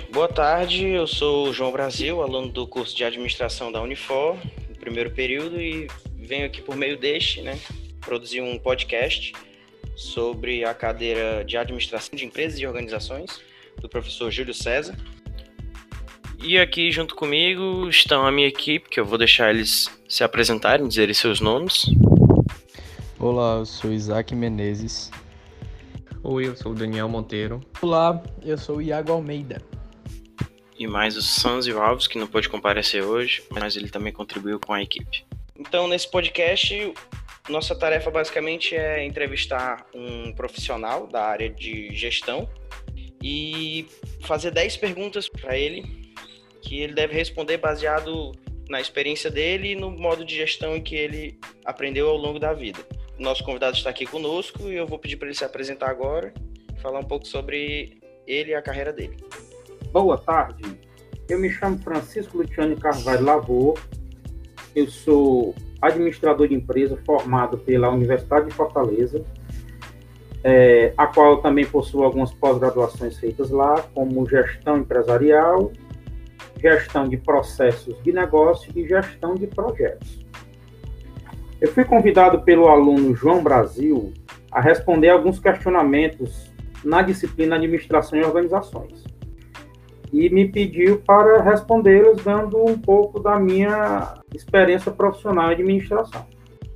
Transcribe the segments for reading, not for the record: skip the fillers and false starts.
Boa tarde, eu sou o João Brasil, aluno do curso de Administração da Unifor, no primeiro período, e venho aqui por meio deste, produzir um podcast sobre a cadeira de Administração de Empresas e Organizações, do professor Júlio César. E aqui junto comigo estão a minha equipe, que eu vou deixar eles se apresentarem, dizerem seus nomes. Olá, eu sou Isaac Menezes. Oi, eu sou o Daniel Monteiro. Olá, eu sou o Iago Almeida. E mais o Sanzio Alves, que não pôde comparecer hoje, mas ele também contribuiu com a equipe. Então, nesse podcast, nossa tarefa basicamente é entrevistar um profissional da área de gestão e fazer 10 perguntas para ele, que ele deve responder baseado na experiência dele e no modo de gestão que ele aprendeu ao longo da vida. O nosso convidado está aqui conosco e eu vou pedir para ele se apresentar agora e falar um pouco sobre ele e a carreira dele. Boa tarde, eu me chamo Francisco Luciano Carvalho Lavor, eu sou administrador de empresa formado pela Universidade de Fortaleza, a qual eu também possuo algumas pós-graduações feitas lá, como gestão empresarial, gestão de processos de negócio e gestão de projetos. Eu fui convidado pelo aluno João Brasil a responder alguns questionamentos na disciplina Administração e Organizações. E me pediu para respondê-los dando um pouco da minha experiência profissional em administração.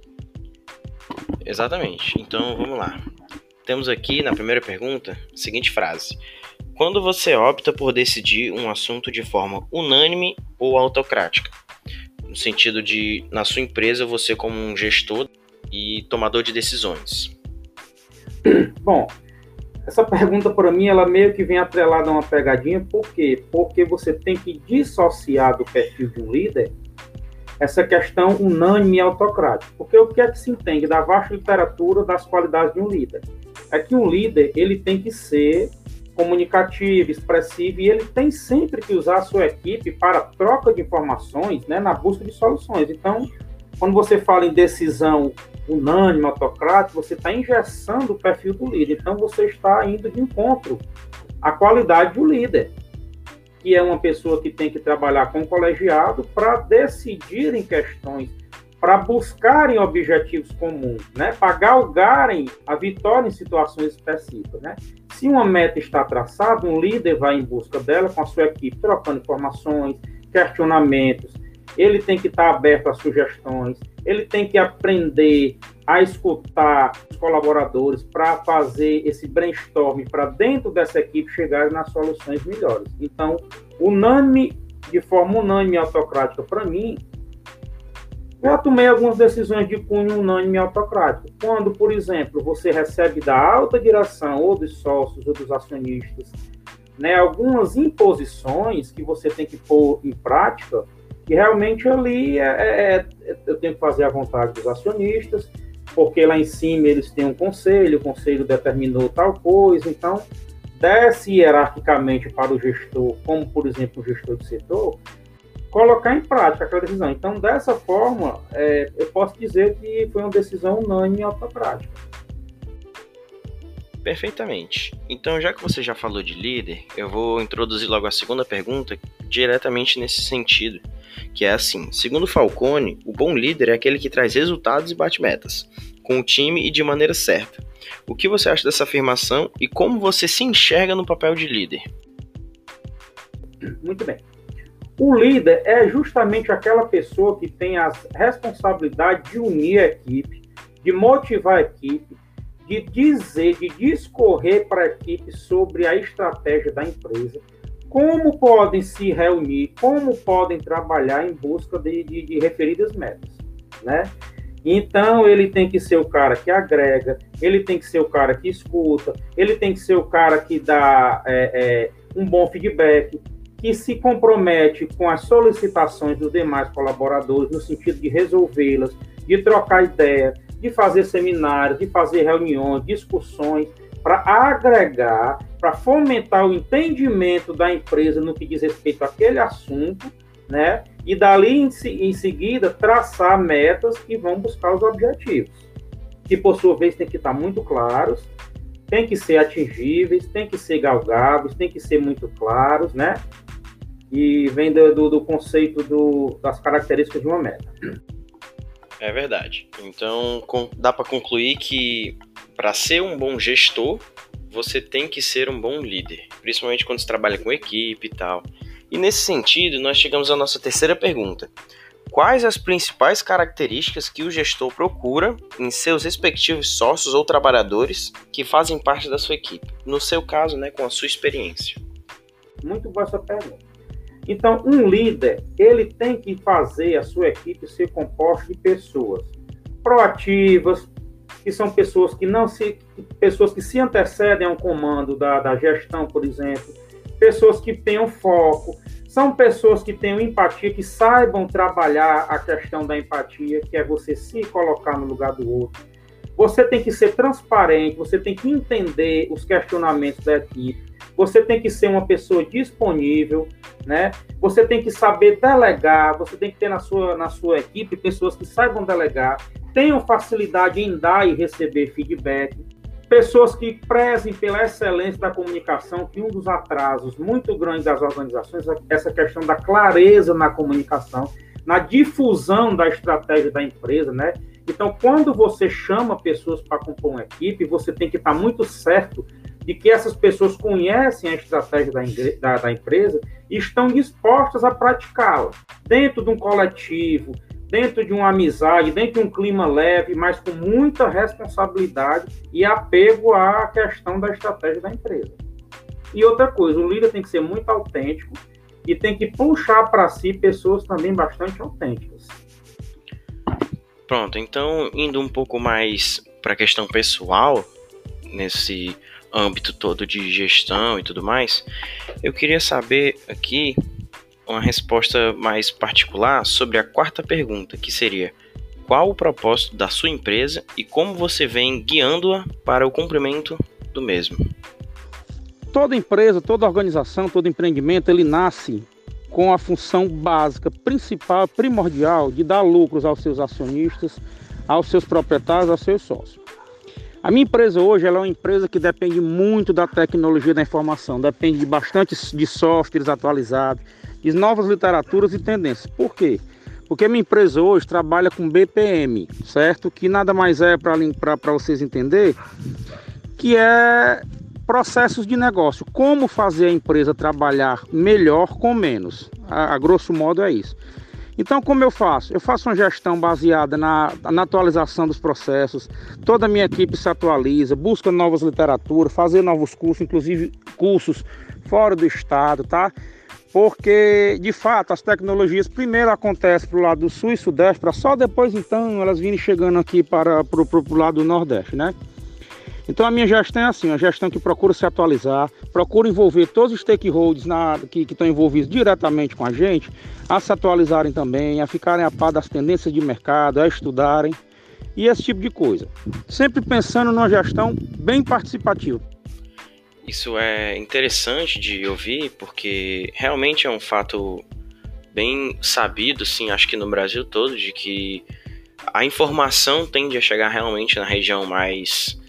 Exatamente. Então, vamos lá. Temos aqui, na primeira pergunta, a seguinte frase. Quando você opta por decidir um assunto de forma unânime ou autocrática? No sentido de, na sua empresa, você como um gestor e tomador de decisões. Bom, essa pergunta, para mim, ela meio que vem atrelada a uma pegadinha. Por quê? Porque você tem que dissociar do perfil de um líder essa questão unânime e autocrática. Porque o que é que se entende da vasta literatura das qualidades de um líder? É que um líder, ele tem que ser comunicativo, expressivo, e ele tem sempre que usar a sua equipe para troca de informações, na busca de soluções. Então, quando você fala em decisão unânime, autocrática, você está engessando o perfil do líder. Então, você está indo de encontro à qualidade do líder, que é uma pessoa que tem que trabalhar com o colegiado para decidir em questões, para buscarem objetivos comuns, para galgarem a vitória em situações específicas. Se uma meta está traçada, um líder vai em busca dela com a sua equipe, trocando informações, questionamentos. Ele tem que estar aberto a sugestões, ele tem que aprender a escutar os colaboradores para fazer esse brainstorming, para dentro dessa equipe chegar nas soluções melhores. Então, de forma unânime e autocrática, para mim, eu tomei algumas decisões de cunho unânime e autocrático. Quando, por exemplo, você recebe da alta direção, ou dos sócios, ou dos acionistas, algumas imposições que você tem que pôr em prática, que realmente ali eu tenho que fazer a vontade dos acionistas, porque lá em cima eles têm um conselho, o conselho determinou tal coisa, então desce hierarquicamente para o gestor, como por exemplo o gestor de setor, colocar em prática aquela decisão. Então, dessa forma, eu posso dizer que foi uma decisão unânime e autocrática. Perfeitamente. Então, já que você já falou de líder, eu vou introduzir logo a segunda pergunta diretamente nesse sentido, que é assim, segundo Falcone, o bom líder é aquele que traz resultados e bate metas, com o time e de maneira certa. O que você acha dessa afirmação e como você se enxerga no papel de líder? Muito bem. O líder é justamente aquela pessoa que tem a responsabilidade de unir a equipe, de motivar a equipe, de discorrer para a equipe sobre a estratégia da empresa, como podem se reunir, como podem trabalhar em busca de referidas metas, Então, ele tem que ser o cara que agrega, ele tem que ser o cara que escuta, ele tem que ser o cara que dá um bom feedback, que se compromete com as solicitações dos demais colaboradores no sentido de resolvê-las, de trocar ideia, de fazer seminários, de fazer reuniões, discussões, para agregar, para fomentar o entendimento da empresa no que diz respeito àquele assunto, e dali em seguida traçar metas que vão buscar os objetivos, que por sua vez tem que estar muito claros, tem que ser atingíveis, tem que ser galgáveis, tem que ser muito claros, né? E vem do conceito das características de uma meta. É verdade. Então, dá para concluir que para ser um bom gestor, você tem que ser um bom líder, principalmente quando você trabalha com equipe e tal. E nesse sentido, nós chegamos à nossa terceira pergunta. Quais as principais características que o gestor procura em seus respectivos sócios ou trabalhadores que fazem parte da sua equipe? No seu caso, né, com a sua experiência. Muito boa essa pergunta. Então, um líder, ele tem que fazer a sua equipe ser composta de pessoas proativas, que são pessoas que se antecedem ao comando da gestão, por exemplo, pessoas que tenham foco, são pessoas que tenham empatia, que saibam trabalhar a questão da empatia, que é você se colocar no lugar do outro. Você tem que ser transparente, você tem que entender os questionamentos da equipe, você tem que ser uma pessoa disponível, né? Você tem que saber delegar, você tem que ter na sua equipe pessoas que saibam delegar, tenham facilidade em dar e receber feedback, pessoas que prezem pela excelência da comunicação, que um dos atrasos muito grandes das organizações é essa questão da clareza na comunicação, na difusão da estratégia da empresa, né? Então, quando você chama pessoas para compor uma equipe, você tem que estar muito certo de que essas pessoas conhecem a estratégia da empresa e estão dispostas a praticá-la dentro de um coletivo, dentro de uma amizade, dentro de um clima leve, mas com muita responsabilidade e apego à questão da estratégia da empresa. E outra coisa, o líder tem que ser muito autêntico e tem que puxar para si pessoas também bastante autênticas. Pronto, então, indo um pouco mais para a questão pessoal, nesse âmbito todo de gestão e tudo mais, eu queria saber aqui uma resposta mais particular sobre a quarta pergunta, que seria: qual o propósito da sua empresa e como você vem guiando-a para o cumprimento do mesmo? Toda empresa, toda organização, todo empreendimento, ele nasce com a função básica, principal, primordial, de dar lucros aos seus acionistas, aos seus proprietários, aos seus sócios. A minha empresa hoje ela é uma empresa que depende muito da tecnologia da informação, depende de bastante de softwares atualizados, de novas literaturas e tendências. Por quê? Porque a minha empresa hoje trabalha com BPM, certo? Que nada mais é, para vocês entenderem, que é processos de negócio. Como fazer a empresa trabalhar melhor com menos. A grosso modo é isso. Então, como eu faço? Eu faço uma gestão baseada na atualização dos processos, toda a minha equipe se atualiza, busca novas literaturas, fazer novos cursos, inclusive cursos fora do estado, tá? Porque, de fato, as tecnologias primeiro acontecem para o lado do sul e sudeste, para só depois, então, elas virem chegando aqui para o lado do nordeste, né? Então, a minha gestão é assim, uma gestão que procura se atualizar, procura envolver todos os stakeholders que estão envolvidos diretamente com a gente, a se atualizarem também, a ficarem a par das tendências de mercado, a estudarem e esse tipo de coisa. Sempre pensando numa gestão bem participativa. Isso é interessante de ouvir, porque realmente é um fato bem sabido, assim, acho que no Brasil todo, de que a informação tende a chegar realmente na região mais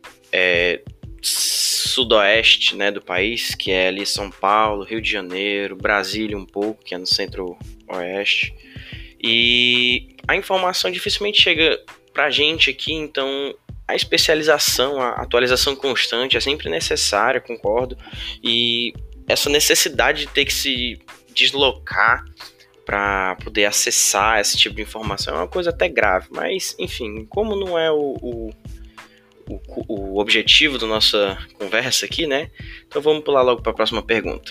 sudoeste, né, do país, que é ali São Paulo, Rio de Janeiro, Brasília um pouco, que é no centro-oeste. E a informação dificilmente chega pra gente aqui, então a especialização, a atualização constante é sempre necessária, concordo. E essa necessidade de ter que se deslocar para poder acessar esse tipo de informação é uma coisa até grave. Mas, enfim, como não é o objetivo da nossa conversa aqui, né? Então vamos pular logo para a próxima pergunta.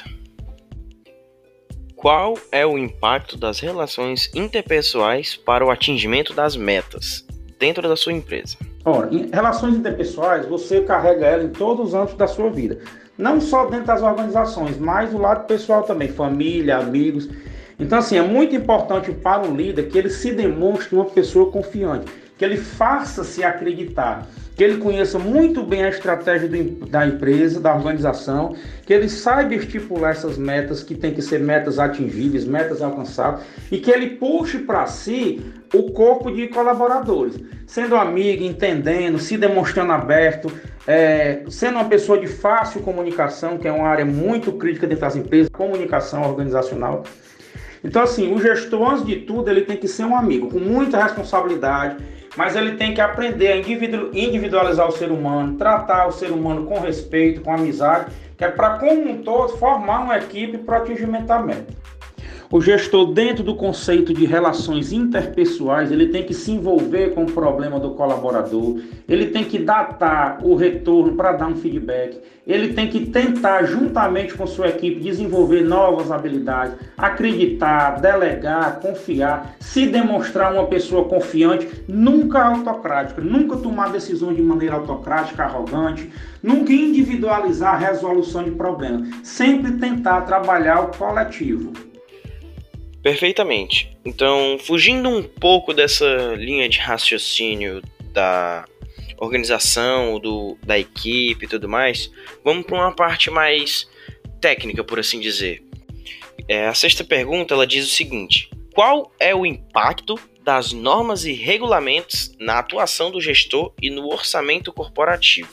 Qual é o impacto das relações interpessoais para o atingimento das metas dentro da sua empresa? Ora, em relações interpessoais, você carrega ela em todos os âmbitos da sua vida. Não só dentro das organizações, mas do lado pessoal também, família, amigos. Então, assim, é muito importante para o líder que ele se demonstre uma pessoa confiante, que ele faça-se acreditar, que ele conheça muito bem a estratégia da empresa, da organização, que ele saiba estipular essas metas, que tem que ser metas atingíveis, metas alcançáveis, e que ele puxe para si o corpo de colaboradores, sendo amigo, entendendo, se demonstrando aberto, sendo uma pessoa de fácil comunicação, que é uma área muito crítica dentro das empresas, comunicação organizacional. Então, assim, o gestor, antes de tudo, ele tem que ser um amigo, com muita responsabilidade, mas ele tem que aprender a individualizar o ser humano, tratar o ser humano com respeito, com amizade, que é para, como um todo, formar uma equipe para o atingimento da meta. O gestor, dentro do conceito de relações interpessoais, ele tem que se envolver com o problema do colaborador, ele tem que datar o retorno para dar um feedback, ele tem que tentar, juntamente com sua equipe, desenvolver novas habilidades, acreditar, delegar, confiar, se demonstrar uma pessoa confiante, nunca autocrática, nunca tomar decisões de maneira autocrática, arrogante, nunca individualizar a resolução de problemas, sempre tentar trabalhar o coletivo. Perfeitamente. Então, fugindo um pouco dessa linha de raciocínio da organização, da equipe e tudo mais, vamos para uma parte mais técnica, por assim dizer. A sexta pergunta, ela diz o seguinte: qual é o impacto das normas e regulamentos na atuação do gestor e no orçamento corporativo?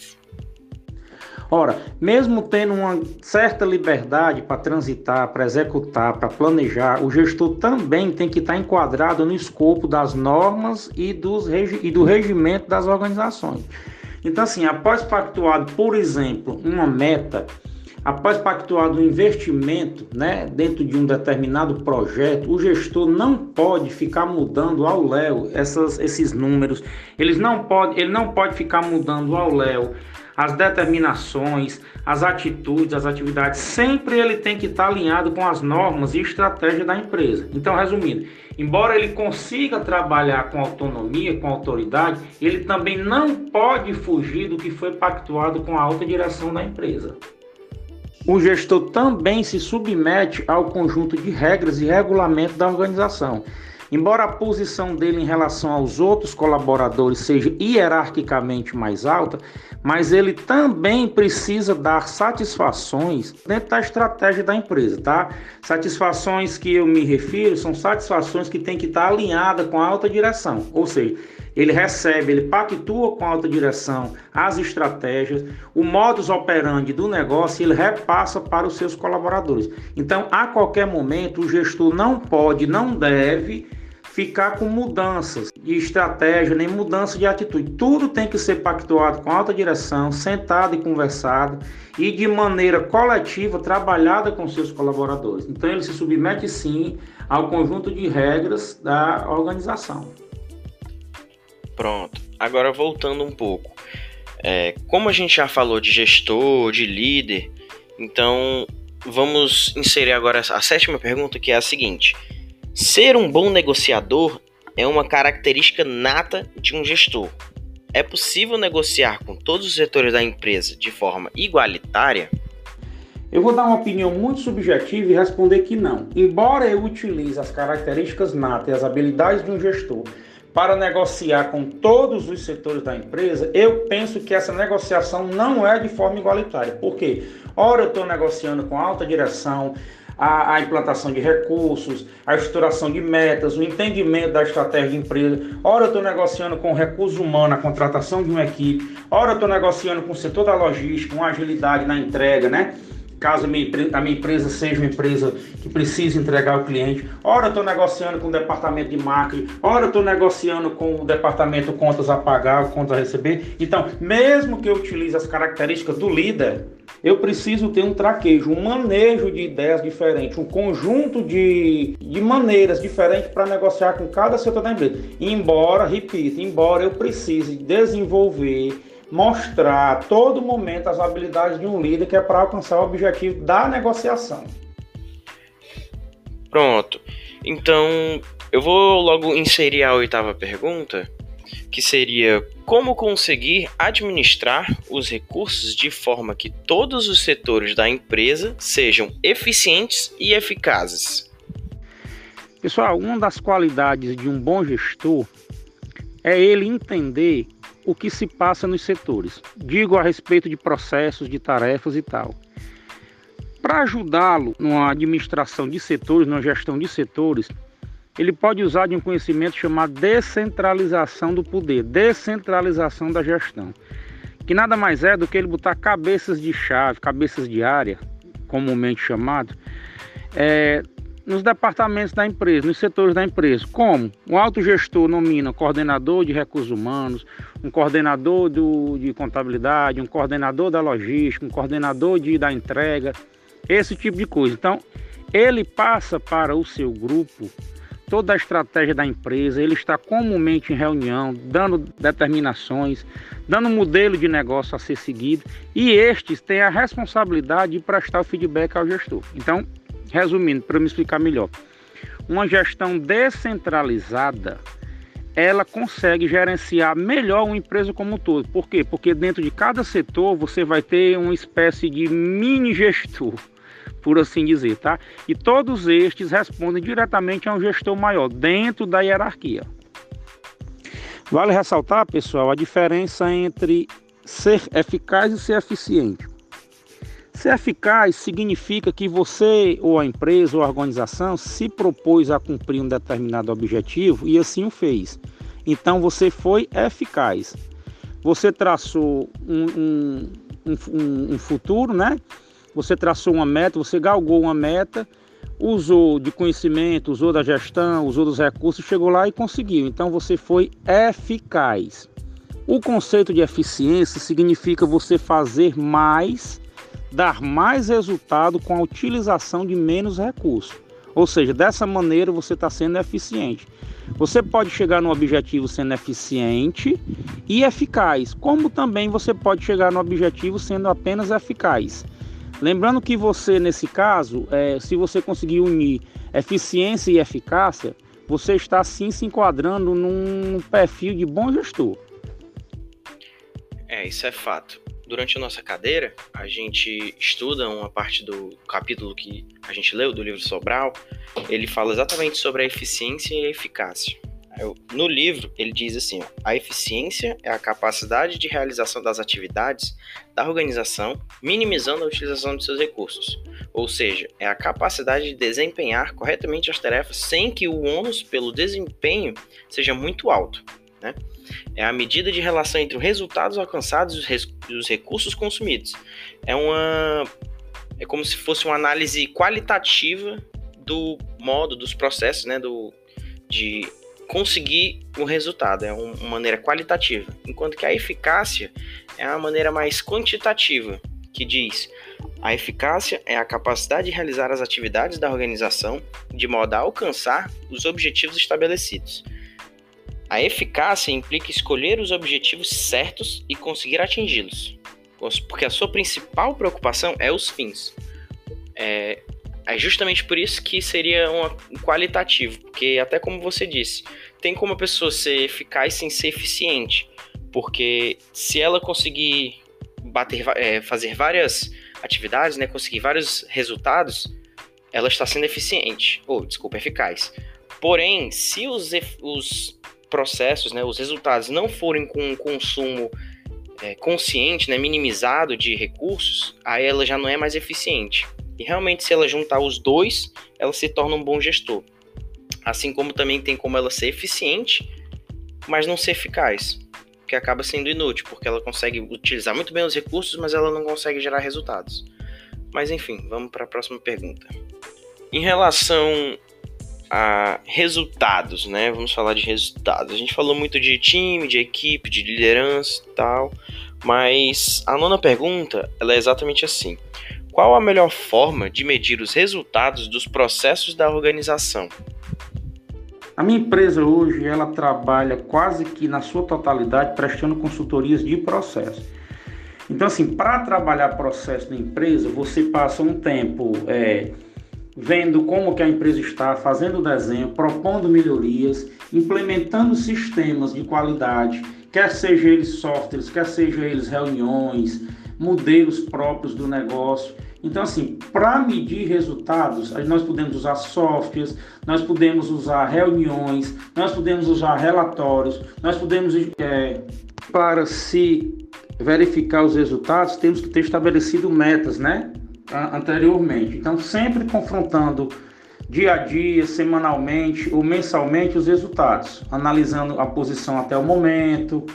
Ora, mesmo tendo uma certa liberdade para transitar, para executar, para planejar, o gestor também tem que estar enquadrado no escopo das normas e do regimento das organizações. Então, assim, após pactuado, por exemplo, uma meta, após pactuado um investimento, né, dentro de um determinado projeto, o gestor não pode ficar mudando ao léu esses números, ele não pode ficar mudando ao léu as determinações, as atitudes, as atividades. Sempre ele tem que estar alinhado com as normas e estratégia da empresa. Então, resumindo, embora ele consiga trabalhar com autonomia, com autoridade, ele também não pode fugir do que foi pactuado com a alta direção da empresa. O gestor também se submete ao conjunto de regras e regulamentos da organização. Embora a posição dele em relação aos outros colaboradores seja hierarquicamente mais alta, mas ele também precisa dar satisfações dentro da estratégia da empresa, tá? Satisfações que eu me refiro são satisfações que têm que estar alinhadas com a alta direção, ou seja, ele pactua com a alta direção as estratégias, o modus operandi do negócio, ele repassa para os seus colaboradores. Então, a qualquer momento, o gestor não pode, não deve ficar com mudanças de estratégia, nem mudança de atitude. Tudo tem que ser pactuado com a alta direção, sentado e conversado, e de maneira coletiva, trabalhada com seus colaboradores. Então, ele se submete, sim, ao conjunto de regras da organização. Pronto. Agora, voltando um pouco. Como a gente já falou de gestor, de líder, então vamos inserir agora a sétima pergunta, que é a seguinte: ser um bom negociador é uma característica nata de um gestor. É possível negociar com todos os setores da empresa de forma igualitária? Eu vou dar uma opinião muito subjetiva e responder que não. Embora eu utilize as características natas e as habilidades de um gestor para negociar com todos os setores da empresa, eu penso que essa negociação não é de forma igualitária. Por quê? Ora, eu estou negociando com a alta direção a implantação de recursos, a estruturação de metas, o entendimento da estratégia de empresa. Ora, eu estou negociando com o recurso humano, a contratação de uma equipe. Ora, eu estou negociando com o setor da logística, uma agilidade na entrega, né? Caso a minha empresa seja uma empresa que precise entregar ao cliente. Ora, eu estou negociando com o departamento de marketing. Ora, eu estou negociando com o departamento contas a pagar, contas a receber. Então, mesmo que eu utilize as características do líder, eu preciso ter um traquejo, um manejo de ideias diferentes, um conjunto de maneiras diferentes para negociar com cada setor da empresa. Embora eu precise desenvolver, mostrar a todo momento as habilidades de um líder, que é para alcançar o objetivo da negociação. Pronto. Então, eu vou logo inserir a oitava pergunta, que seria: como conseguir administrar os recursos de forma que todos os setores da empresa sejam eficientes e eficazes? Pessoal, uma das qualidades de um bom gestor é ele entender o que se passa nos setores. Digo a respeito de processos, de tarefas e tal. Para ajudá-lo numa administração de setores, numa gestão de setores, ele pode usar de um conhecimento chamado descentralização do poder, descentralização da gestão. que nada mais é do que ele botar cabeças de chave, cabeças de área, comumente chamado, nos departamentos da empresa, nos setores da empresa. Como? O autogestor nomina coordenador de recursos humanos, um coordenador de contabilidade, um coordenador da logística, um coordenador da entrega, esse tipo de coisa. Então, ele passa para o seu grupo toda a estratégia da empresa, ele está comumente em reunião, dando determinações, dando um modelo de negócio a ser seguido, e estes têm a responsabilidade de prestar o feedback ao gestor. Então, resumindo, para me explicar melhor, uma gestão descentralizada, ela consegue gerenciar melhor uma empresa como um todo. Por quê? Porque dentro de cada setor você vai ter uma espécie de mini gestor, por assim dizer, tá? E todos estes respondem diretamente a um gestor maior, dentro da hierarquia. Vale ressaltar, pessoal, a diferença entre ser eficaz e ser eficiente. Ser eficaz significa que você, ou a empresa, ou a organização, se propôs a cumprir um determinado objetivo e assim o fez. Então você foi eficaz. Você traçou um futuro, né? Você traçou uma meta, você galgou uma meta, usou de conhecimento, usou da gestão, usou dos recursos, chegou lá e conseguiu. Então você foi eficaz. O conceito de eficiência significa você fazer mais, dar mais resultado com a utilização de menos recursos. Ou seja, dessa maneira você está sendo eficiente. Você pode chegar no objetivo sendo eficiente e eficaz, como também você pode chegar no objetivo sendo apenas eficaz. Lembrando que você, nesse caso, se você conseguir unir eficiência e eficácia, você está sim se enquadrando num perfil de bom gestor. Isso é fato. Durante a nossa cadeira, a gente estuda uma parte do capítulo que a gente leu, do livro Sobral. Ele fala exatamente sobre a eficiência e a eficácia. No livro, ele diz assim, a eficiência é a capacidade de realização das atividades da organização, minimizando a utilização de seus recursos. Ou seja, é a capacidade de desempenhar corretamente as tarefas sem que o ônus pelo desempenho seja muito alto, né? É a medida de relação entre os resultados alcançados e os recursos consumidos. É como se fosse uma análise qualitativa do modo, dos processos, né, de conseguir o resultado. É uma maneira qualitativa. Enquanto que a eficácia é a maneira mais quantitativa, que diz: a eficácia é a capacidade de realizar as atividades da organização de modo a alcançar os objetivos estabelecidos. A eficácia implica escolher os objetivos certos e conseguir atingi-los, porque a sua principal preocupação é os fins. É justamente por isso que seria um qualitativo, porque até como você disse, tem como a pessoa ser eficaz sem ser eficiente, porque se ela conseguir fazer várias atividades, né, conseguir vários resultados, ela está sendo eficiente, eficaz. Porém, se os processos, né, os resultados não forem com um consumo consciente, né, minimizado de recursos, aí ela já não é mais eficiente. E realmente, se ela juntar os dois, ela se torna um bom gestor. Assim como também tem como ela ser eficiente, mas não ser eficaz, que acaba sendo inútil, porque ela consegue utilizar muito bem os recursos, mas ela não consegue gerar resultados. Mas enfim, vamos para a próxima pergunta. Em relação a resultados, né? Vamos falar de resultados. A gente falou muito de time, de equipe, de liderança e tal, mas a nona pergunta, ela é exatamente assim: qual a melhor forma de medir os resultados dos processos da organização? A minha empresa hoje, ela trabalha quase que na sua totalidade prestando consultorias de processo. Então, assim, para trabalhar processo da empresa, você passa um tempo vendo como que a empresa está, fazendo desenho, propondo melhorias, implementando sistemas de qualidade, quer seja eles softwares, quer seja eles reuniões, modelos próprios do negócio. Então, assim, para medir resultados, nós podemos usar softwares, nós podemos usar reuniões, nós podemos usar relatórios, nós podemos, para se verificar os resultados, temos que ter estabelecido metas, né, anteriormente. Então, sempre confrontando dia a dia, semanalmente ou mensalmente os resultados, analisando a posição até o momento,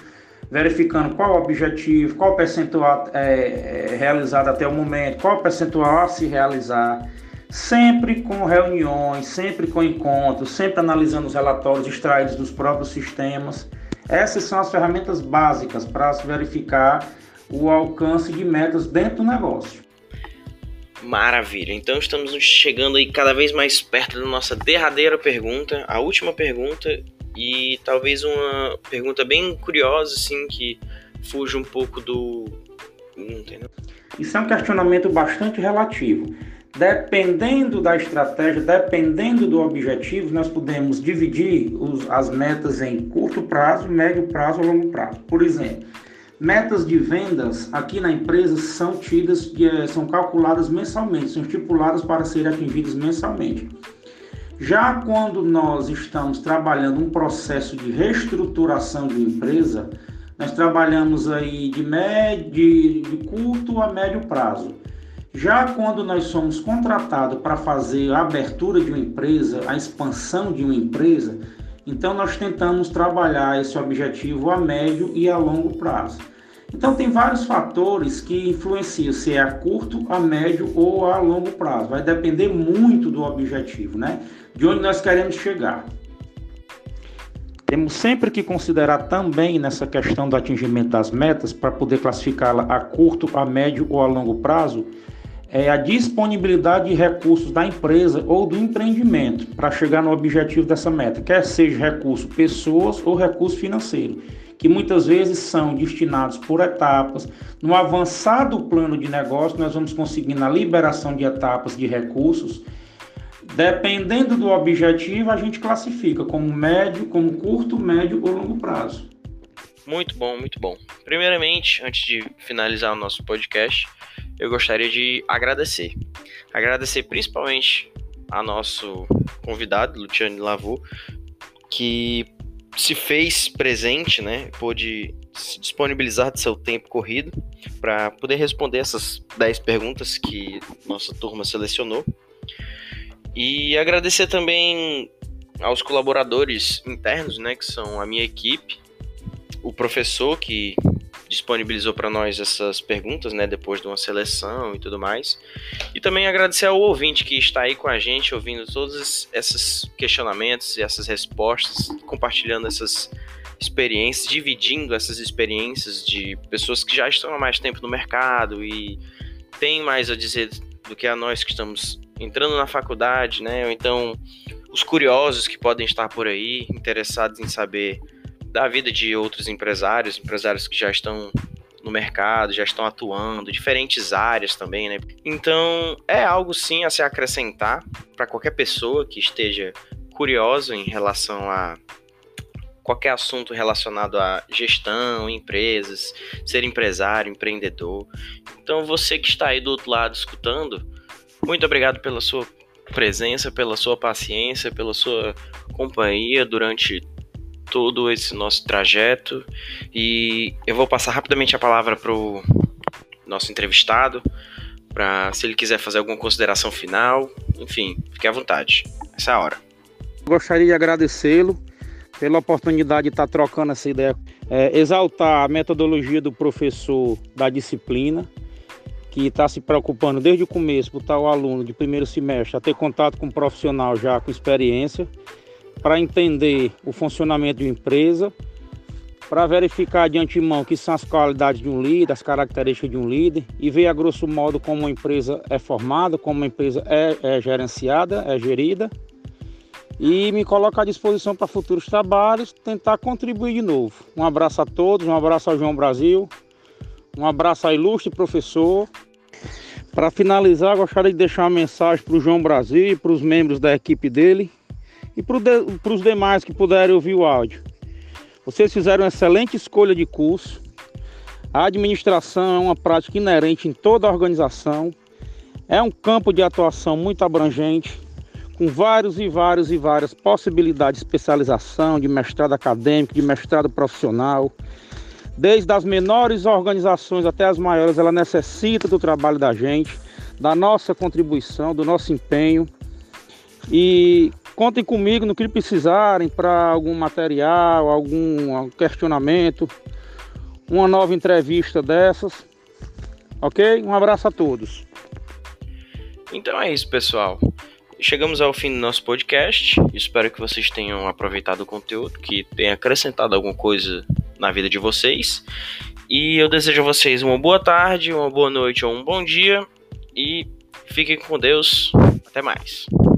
verificando qual o objetivo, qual o percentual realizado até o momento, qual o percentual a se realizar, sempre com reuniões, sempre com encontros, sempre analisando os relatórios extraídos dos próprios sistemas. Essas são as ferramentas básicas para se verificar o alcance de metas dentro do negócio. Maravilha, então estamos chegando aí cada vez mais perto da nossa derradeira pergunta, a última pergunta, e talvez uma pergunta bem curiosa, assim, que fuja um pouco do... Entendeu? Isso é um questionamento bastante relativo. Dependendo da estratégia, dependendo do objetivo, nós podemos dividir as metas em curto prazo, médio prazo ou longo prazo. Por exemplo, metas de vendas aqui na empresa são calculadas mensalmente, são estipuladas para serem atingidas mensalmente. Já quando nós estamos trabalhando um processo de reestruturação de uma empresa, nós trabalhamos aí de curto a médio prazo. Já quando nós somos contratados para fazer a abertura de uma empresa, a expansão de uma empresa, então nós tentamos trabalhar esse objetivo a médio e a longo prazo. Então tem vários fatores que influenciam se é a curto, a médio ou a longo prazo. Vai depender muito do objetivo, né? De onde nós queremos chegar. Temos sempre que considerar também nessa questão do atingimento das metas, para poder classificá-la a curto, a médio ou a longo prazo, a disponibilidade de recursos da empresa ou do empreendimento para chegar no objetivo dessa meta, quer seja recurso pessoas ou recurso financeiro, que muitas vezes são destinados por etapas. No avançar do plano de negócio, nós vamos conseguir na liberação de etapas de recursos. Dependendo do objetivo, a gente classifica como médio, como curto, médio ou longo prazo. Muito bom, muito bom. Primeiramente, antes de finalizar o nosso podcast, eu gostaria de agradecer. Agradecer principalmente a nosso convidado, Luciane Lavaux, que se fez presente, né? Pôde se disponibilizar de seu tempo corrido para poder responder essas 10 perguntas que nossa turma selecionou. E agradecer também aos colaboradores internos, né? Que são a minha equipe, o professor que disponibilizou para nós essas perguntas, né, depois de uma seleção e tudo mais. E também agradecer ao ouvinte que está aí com a gente, ouvindo todos esses questionamentos e essas respostas, compartilhando essas experiências, dividindo essas experiências de pessoas que já estão há mais tempo no mercado e têm mais a dizer do que a nós que estamos entrando na faculdade, né, ou então os curiosos que podem estar por aí, interessados em saber da vida de outros empresários que já estão no mercado, já estão atuando, diferentes áreas também, né? Então, é algo sim a se acrescentar para qualquer pessoa que esteja curiosa em relação a qualquer assunto relacionado a gestão, empresas, ser empresário, empreendedor. Então, você que está aí do outro lado escutando, muito obrigado pela sua presença, pela sua paciência, pela sua companhia durante todo esse nosso trajeto, e eu vou passar rapidamente a palavra para o nosso entrevistado, para se ele quiser fazer alguma consideração final, enfim, fique à vontade, essa é a hora. Gostaria de agradecê-lo pela oportunidade de estar trocando essa ideia, exaltar a metodologia do professor da disciplina, que está se preocupando desde o começo, botar o aluno de primeiro semestre a ter contato com um profissional já com experiência, para entender o funcionamento de uma empresa, para verificar de antemão o que são as qualidades de um líder, as características de um líder, e ver a grosso modo como uma empresa é formada, como uma empresa é gerenciada, é gerida, e me colocar à disposição para futuros trabalhos, tentar contribuir de novo. Um abraço a todos, um abraço ao João Brasil, um abraço ao ilustre professor. Para finalizar, gostaria de deixar uma mensagem para o João Brasil e para os membros da equipe dele, e para os demais que puderem ouvir o áudio. Vocês fizeram uma excelente escolha de curso. A administração é uma prática inerente em toda a organização. É um campo de atuação muito abrangente, com várias possibilidades de especialização, de mestrado acadêmico, de mestrado profissional. Desde as menores organizações até as maiores, ela necessita do trabalho da gente, da nossa contribuição, do nosso empenho. E contem comigo no que precisarem para algum material, algum questionamento. uma nova entrevista dessas. Ok? Um abraço a todos. Então é isso, pessoal. Chegamos ao fim do nosso podcast. Espero que vocês tenham aproveitado o conteúdo, que tenha acrescentado alguma coisa na vida de vocês. E eu desejo a vocês uma boa tarde, uma boa noite ou um bom dia. E fiquem com Deus. Até mais.